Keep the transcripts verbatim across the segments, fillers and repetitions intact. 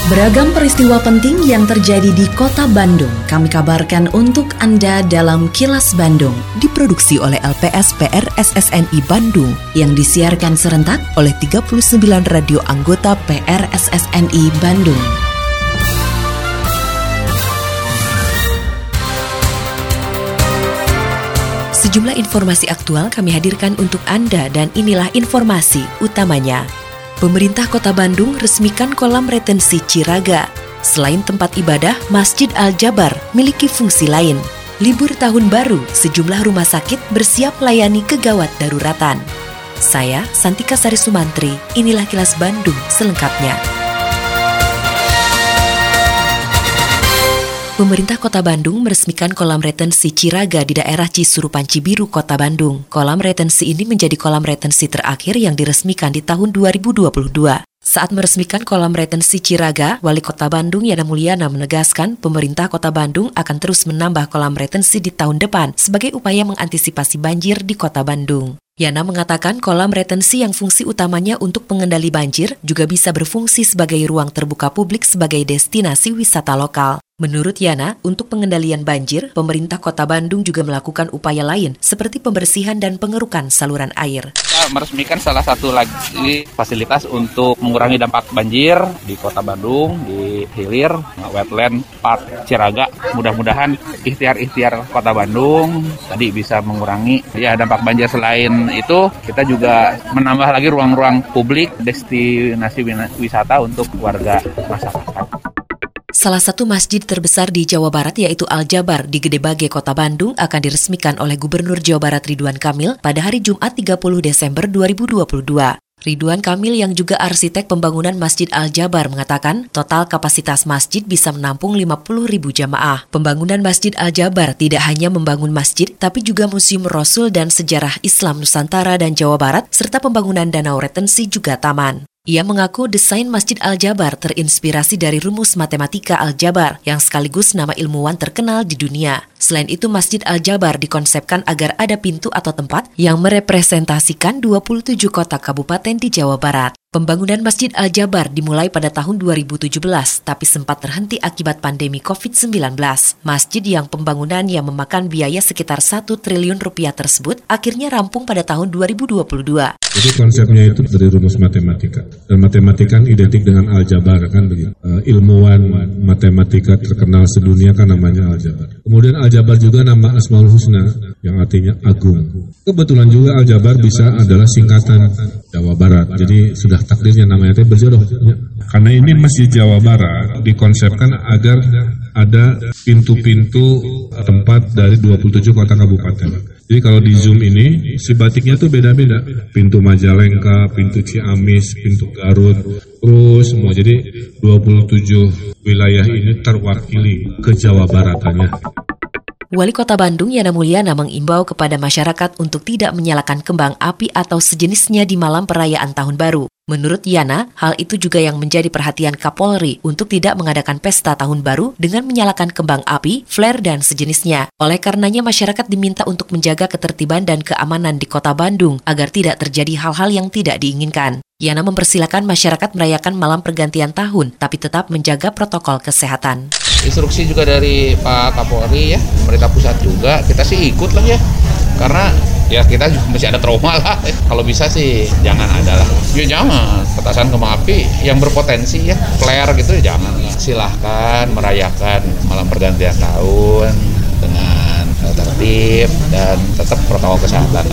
Beragam peristiwa penting yang terjadi di Kota Bandung kami kabarkan untuk Anda dalam Kilas Bandung. Diproduksi oleh L P S P R S S N I Bandung yang disiarkan serentak oleh tiga puluh sembilan radio anggota P R S S N I Bandung. Sejumlah informasi aktual kami hadirkan untuk Anda dan inilah informasi utamanya. Pemerintah Kota Bandung resmikan kolam retensi Ciraga. Selain tempat ibadah, Masjid Al-Jabar miliki fungsi lain. Libur tahun baru, sejumlah rumah sakit bersiap melayani kegawat daruratan. Saya, Santika Sari Sumantri, inilah Kilas Bandung selengkapnya. Pemerintah Kota Bandung meresmikan kolam retensi Ciraga di daerah Cisurupan Cibiru, Kota Bandung. Kolam retensi ini menjadi kolam retensi terakhir yang diresmikan di tahun dua ribu dua puluh dua. Saat meresmikan kolam retensi Ciraga, Wali Kota Bandung Yana Mulyana menegaskan pemerintah Kota Bandung akan terus menambah kolam retensi di tahun depan sebagai upaya mengantisipasi banjir di Kota Bandung. Yana mengatakan kolam retensi yang fungsi utamanya untuk pengendali banjir juga bisa berfungsi sebagai ruang terbuka publik sebagai destinasi wisata lokal. Menurut Yana, untuk pengendalian banjir, pemerintah Kota Bandung juga melakukan upaya lain seperti pembersihan dan pengerukan saluran air. Kita meresmikan salah satu lagi fasilitas untuk mengurangi dampak banjir di Kota Bandung, di hilir, wetland, park Ciraga. Mudah-mudahan ikhtiar-ikhtiar Kota Bandung tadi bisa mengurangi ya dampak banjir. Selain itu, kita juga menambah lagi ruang-ruang publik, destinasi wisata untuk warga masyarakat. Salah satu masjid terbesar di Jawa Barat yaitu Al-Jabar di Gedebage, Kota Bandung akan diresmikan oleh Gubernur Jawa Barat Ridwan Kamil pada hari Jumat tiga puluh Desember dua ribu dua puluh dua. Ridwan Kamil yang juga arsitek pembangunan Masjid Al-Jabar mengatakan total kapasitas masjid bisa menampung lima puluh ribu jamaah. Pembangunan Masjid Al-Jabar tidak hanya membangun masjid, tapi juga Museum Rasul dan Sejarah Islam Nusantara dan Jawa Barat, serta pembangunan danau retensi juga taman. Ia mengaku desain Masjid Al-Jabar terinspirasi dari rumus matematika Al-Jabar yang sekaligus nama ilmuwan terkenal di dunia. Selain itu, Masjid Al-Jabar dikonsepkan agar ada pintu atau tempat yang merepresentasikan dua puluh tujuh kota kabupaten di Jawa Barat. Pembangunan Masjid Al-Jabar dimulai pada tahun dua ribu tujuh belas, tapi sempat terhenti akibat pandemi covid sembilan belas. Masjid yang pembangunannya memakan biaya sekitar satu triliun rupiah tersebut akhirnya rampung pada tahun dua ribu dua puluh dua. Jadi konsepnya itu dari rumus matematika. Dan matematika kan identik dengan Al-Jabar kan begitu. Uh, ilmuwan matematika terkenal sedunia kan namanya Al-Jabar. Kemudian Al-Jabar juga nama Asmaul Husna yang artinya agung. Kebetulan juga Al-Jabar bisa adalah singkatan Jawa Barat. Jadi sudah takdirnya namanya itu berjodoh. Karena ini Masjid Jawa Barat dikonsepkan agar ada pintu-pintu tempat dari dua puluh tujuh kota kabupaten. Jadi kalau di Zoom ini, si batiknya tuh beda-beda. Pintu Majalengka, pintu Ciamis, pintu Garut, terus semua. Jadi dua puluh tujuh wilayah ini terwakili ke Jawa Baratannya. Wali Kota Bandung Yana Mulyana mengimbau kepada masyarakat untuk tidak menyalakan kembang api atau sejenisnya di malam perayaan Tahun Baru. Menurut Yana, hal itu juga yang menjadi perhatian Kapolri untuk tidak mengadakan pesta Tahun Baru dengan menyalakan kembang api, flare, dan sejenisnya. Oleh karenanya masyarakat diminta untuk menjaga ketertiban dan keamanan di Kota Bandung agar tidak terjadi hal-hal yang tidak diinginkan. Yana mempersilakan masyarakat merayakan malam pergantian tahun, tapi tetap menjaga protokol kesehatan. Instruksi juga dari Pak Kapolri ya, pemerintah pusat juga, kita sih ikut lah ya. Karena ya kita masih ada trauma lah. Kalau bisa sih jangan ada lah. Ya jangan, petasan kembang api yang berpotensi ya, flare gitu ya jangan. Silahkan merayakan malam pergantian tahun dengan tertib dan tetap protokol kesehatan.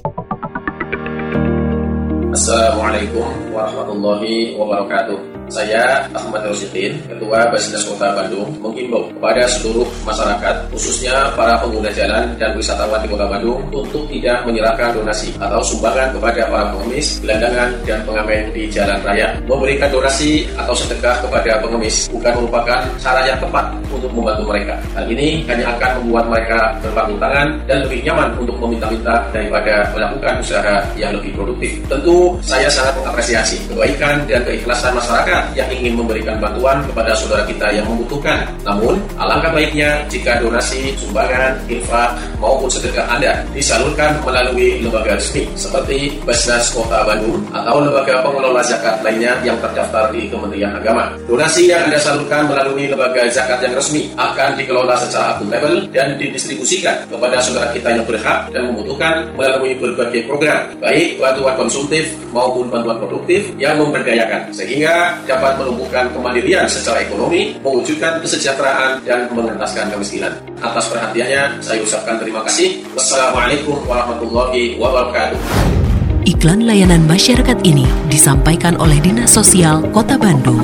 Assalamualaikum warahmatullahi wabarakatuh. Saya Ahmad Rosidin, Ketua Basnas Kota Bandung, menghimbau kepada seluruh masyarakat, khususnya para pengguna jalan dan wisatawan di Kota Bandung, untuk tidak menyerahkan donasi atau sumbangan kepada para pengemis, gelandangan, dan pengamen di jalan raya. Memberikan donasi atau sedekah kepada pengemis bukan merupakan cara yang tepat untuk membantu mereka. Hal ini hanya akan membuat mereka berpangku tangan dan lebih nyaman untuk meminta-minta daripada melakukan usaha yang lebih produktif. Tentu saya sangat sangat mengapresiasi kebaikan dan keikhlasan masyarakat yang ingin memberikan bantuan kepada saudara kita yang membutuhkan. Namun, alangkah baiknya jika donasi, sumbangan, infak maupun sedekah Anda disalurkan melalui lembaga resmi seperti Basnas Kota Bandung atau lembaga pengelola zakat lainnya yang terdaftar di Kementerian Agama. Donasi yang Anda salurkan melalui lembaga zakat yang resmi akan dikelola secara akuntabel dan didistribusikan kepada saudara kita yang berhak dan membutuhkan melalui berbagai program, baik bantuan konsumtif maupun bantuan produktif yang memberdayakan, sehingga dapat menumbuhkan kemandirian secara ekonomi, mewujudkan kesejahteraan dan mengentaskan kemiskinan. Atas perhatiannya, saya ucapkan terima kasih. Wassalamualaikum warahmatullahi wabarakatuh. Iklan layanan masyarakat ini disampaikan oleh Dinas Sosial Kota Bandung.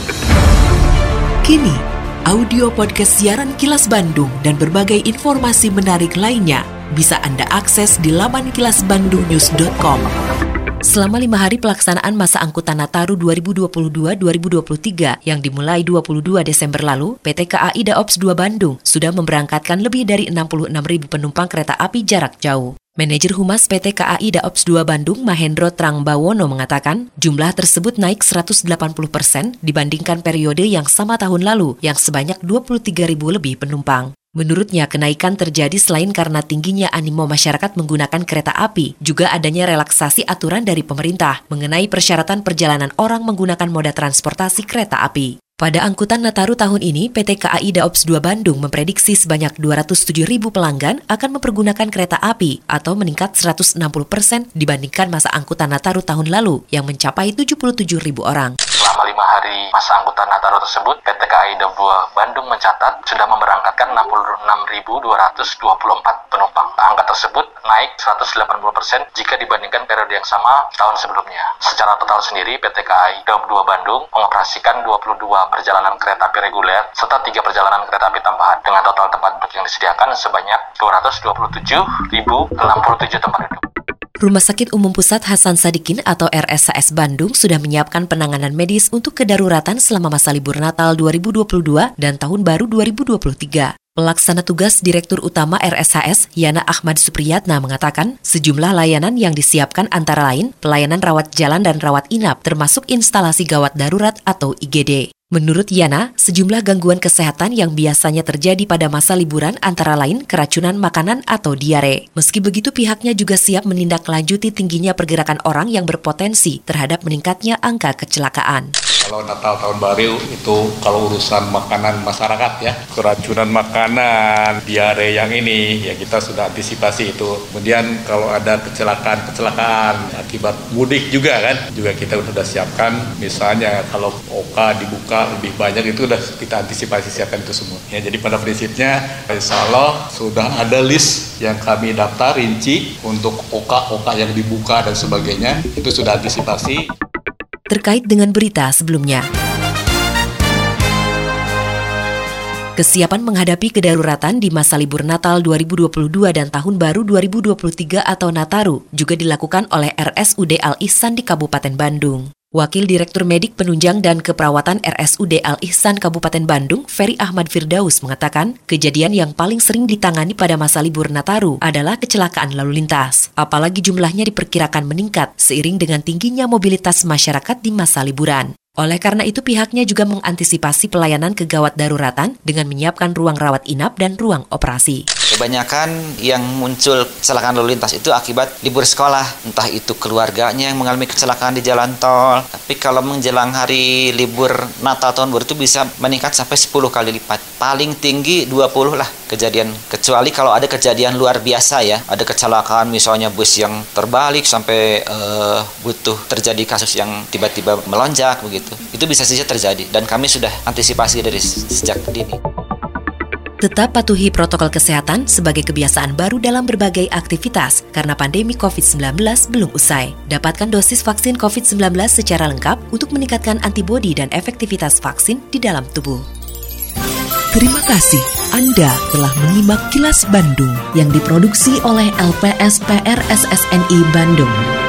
Kini, audio podcast siaran Kilas Bandung dan berbagai informasi menarik lainnya bisa Anda akses di laman kilas bandung news dot com. Selama lima hari pelaksanaan masa angkutan Nataru dua ribu dua puluh dua dua ribu dua puluh tiga yang dimulai dua puluh dua Desember lalu, P T K A I Daops dua Bandung sudah memberangkatkan lebih dari enam puluh enam ribu penumpang kereta api jarak jauh. Manajer Humas P T K A I Daops dua Bandung, Mahendro Trangbawono mengatakan, jumlah tersebut naik seratus delapan puluh persen dibandingkan periode yang sama tahun lalu yang sebanyak dua puluh tiga ribu lebih penumpang. Menurutnya, kenaikan terjadi selain karena tingginya animo masyarakat menggunakan kereta api, juga adanya relaksasi aturan dari pemerintah mengenai persyaratan perjalanan orang menggunakan moda transportasi kereta api. Pada angkutan Nataru tahun ini, P T K A I Daops dua Bandung memprediksi sebanyak dua ratus tujuh ribu pelanggan akan mempergunakan kereta api atau meningkat seratus enam puluh persen dibandingkan masa angkutan Nataru tahun lalu yang mencapai tujuh puluh tujuh ribu orang. Selama lima hari masa angkutan Nataru tersebut, P T K A I Daops dua Bandung mencatat sudah memberangkatkan enam puluh enam ribu dua ratus dua puluh empat penumpang. Angka tersebut naik seratus delapan puluh persen jika dibandingkan periode yang sama tahun sebelumnya. Secara total sendiri, P T K A I Daops dua Bandung mengoperasikan dua puluh dua perjalanan kereta api reguler serta tiga perjalanan kereta api tambahan dengan total tempat duduk yang disediakan sebanyak dua ratus dua puluh tujuh ribu enam puluh tujuh tempat duduk. Rumah Sakit Umum Pusat Hasan Sadikin atau R S H S Bandung sudah menyiapkan penanganan medis untuk kedaruratan selama masa libur Natal dua ribu dua puluh dua dan Tahun Baru dua ribu dua puluh tiga. Pelaksana tugas Direktur Utama R S H S, Yana Ahmad Supriyatna mengatakan, sejumlah layanan yang disiapkan antara lain pelayanan rawat jalan dan rawat inap, termasuk instalasi gawat darurat atau I G D. Menurut Yana, sejumlah gangguan kesehatan yang biasanya terjadi pada masa liburan antara lain keracunan makanan atau diare. Meski begitu, pihaknya juga siap menindaklanjuti tingginya pergerakan orang yang berpotensi terhadap meningkatnya angka kecelakaan. Kalau Natal Tahun Baru itu kalau urusan makanan masyarakat ya, keracunan makanan, diare yang ini ya kita sudah antisipasi itu. Kemudian kalau ada kecelakaan-kecelakaan akibat mudik juga kan, juga kita sudah siapkan. Misalnya kalau O K dibuka lebih banyak itu sudah kita antisipasi siapkan itu semua. Ya jadi pada prinsipnya insya Allah sudah ada list yang kami daftar rinci untuk O K O K yang dibuka dan sebagainya, itu sudah antisipasi. Terkait dengan berita sebelumnya, kesiapan menghadapi kedaruratan di masa libur Natal dua ribu dua puluh dua dan Tahun Baru dua ribu dua puluh tiga atau Nataru juga dilakukan oleh R S U D Al-Ihsan di Kabupaten Bandung. Wakil Direktur Medik Penunjang dan Keperawatan R S U D Al-Ihsan Kabupaten Bandung, Ferry Ahmad Firdaus mengatakan, kejadian yang paling sering ditangani pada masa libur Nataru adalah kecelakaan lalu lintas. Apalagi jumlahnya diperkirakan meningkat seiring dengan tingginya mobilitas masyarakat di masa liburan. Oleh karena itu, pihaknya juga mengantisipasi pelayanan kegawat daruratan dengan menyiapkan ruang rawat inap dan ruang operasi. Kebanyakan yang muncul kecelakaan lalu lintas itu akibat libur sekolah. Entah itu keluarganya yang mengalami kecelakaan di jalan tol. Tapi kalau menjelang hari libur Natal tahun baru itu bisa meningkat sampai sepuluh kali lipat. Paling tinggi dua puluh lah kejadian. Kecuali kalau ada kejadian luar biasa ya. Ada kecelakaan misalnya bus yang terbalik sampai uh, butuh terjadi kasus yang tiba-tiba melonjak begitu. Itu bisa saja terjadi dan kami sudah antisipasi dari sejak dini. Tetap patuhi protokol kesehatan sebagai kebiasaan baru dalam berbagai aktivitas karena pandemi covid sembilan belas belum usai. Dapatkan dosis vaksin covid sembilan belas secara lengkap untuk meningkatkan antibodi dan efektivitas vaksin di dalam tubuh. Terima kasih Anda telah menyimak Kilas Bandung yang diproduksi oleh L P S P R S S N I Bandung.